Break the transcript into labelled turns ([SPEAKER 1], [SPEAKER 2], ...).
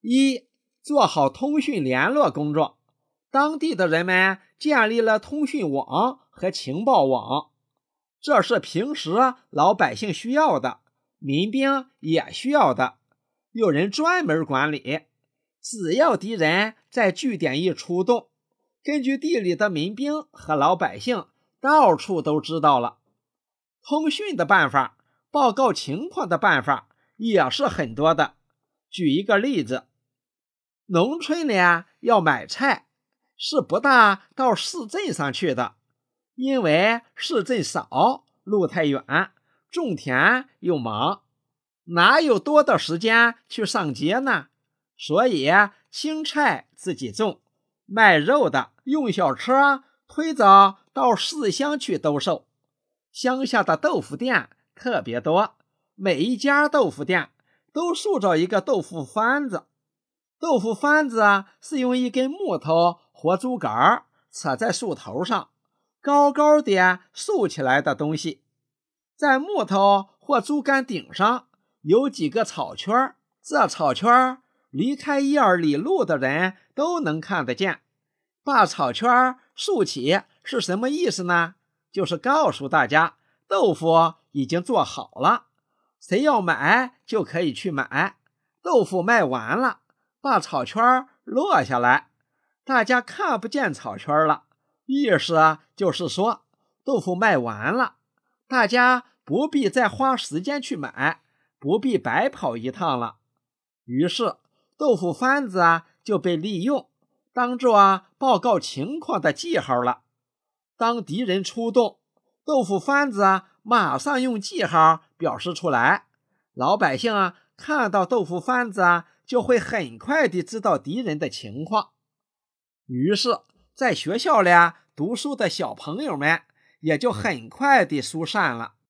[SPEAKER 1] 一、做好通讯联络工作。当地的人们建立了通讯网和情报网，这是平时老百姓需要的，民兵也需要的，有人专门管理。只要敌人在据点一出动，根据地里的民兵和老百姓到处都知道了。通讯的办法，报告情况的办法也是很多的。举一个例子，农村里要买菜，是不大到市镇上去的，因为市镇少，路太远，种田又忙，哪有多的时间去上街呢？所以青菜自己种，卖肉的用小车推着到市乡去兜售。乡下的豆腐店特别多，每一家豆腐店都竖着一个豆腐幡子。豆腐幡子是用一根木头或竹竿扯在树头上，高高的竖起来的东西。在木头或竹竿顶上有几个草圈，这草圈离开1-2里路的人都能看得见。把草圈竖起是什么意思呢？就是告诉大家豆腐已经做好了，谁要买就可以去买。豆腐卖完了，把草圈落下来，大家看不见草圈了，意思就是说豆腐卖完了，大家不必再花时间去买，不必白跑一趟了。于是豆腐幡子就被利用当作报告情况的记号了。当敌人出动，豆腐幡子马上用记号表示出来，老百姓看到豆腐幡子就会很快地知道敌人的情况。于是在学校里读书的小朋友们也就很快地疏散了。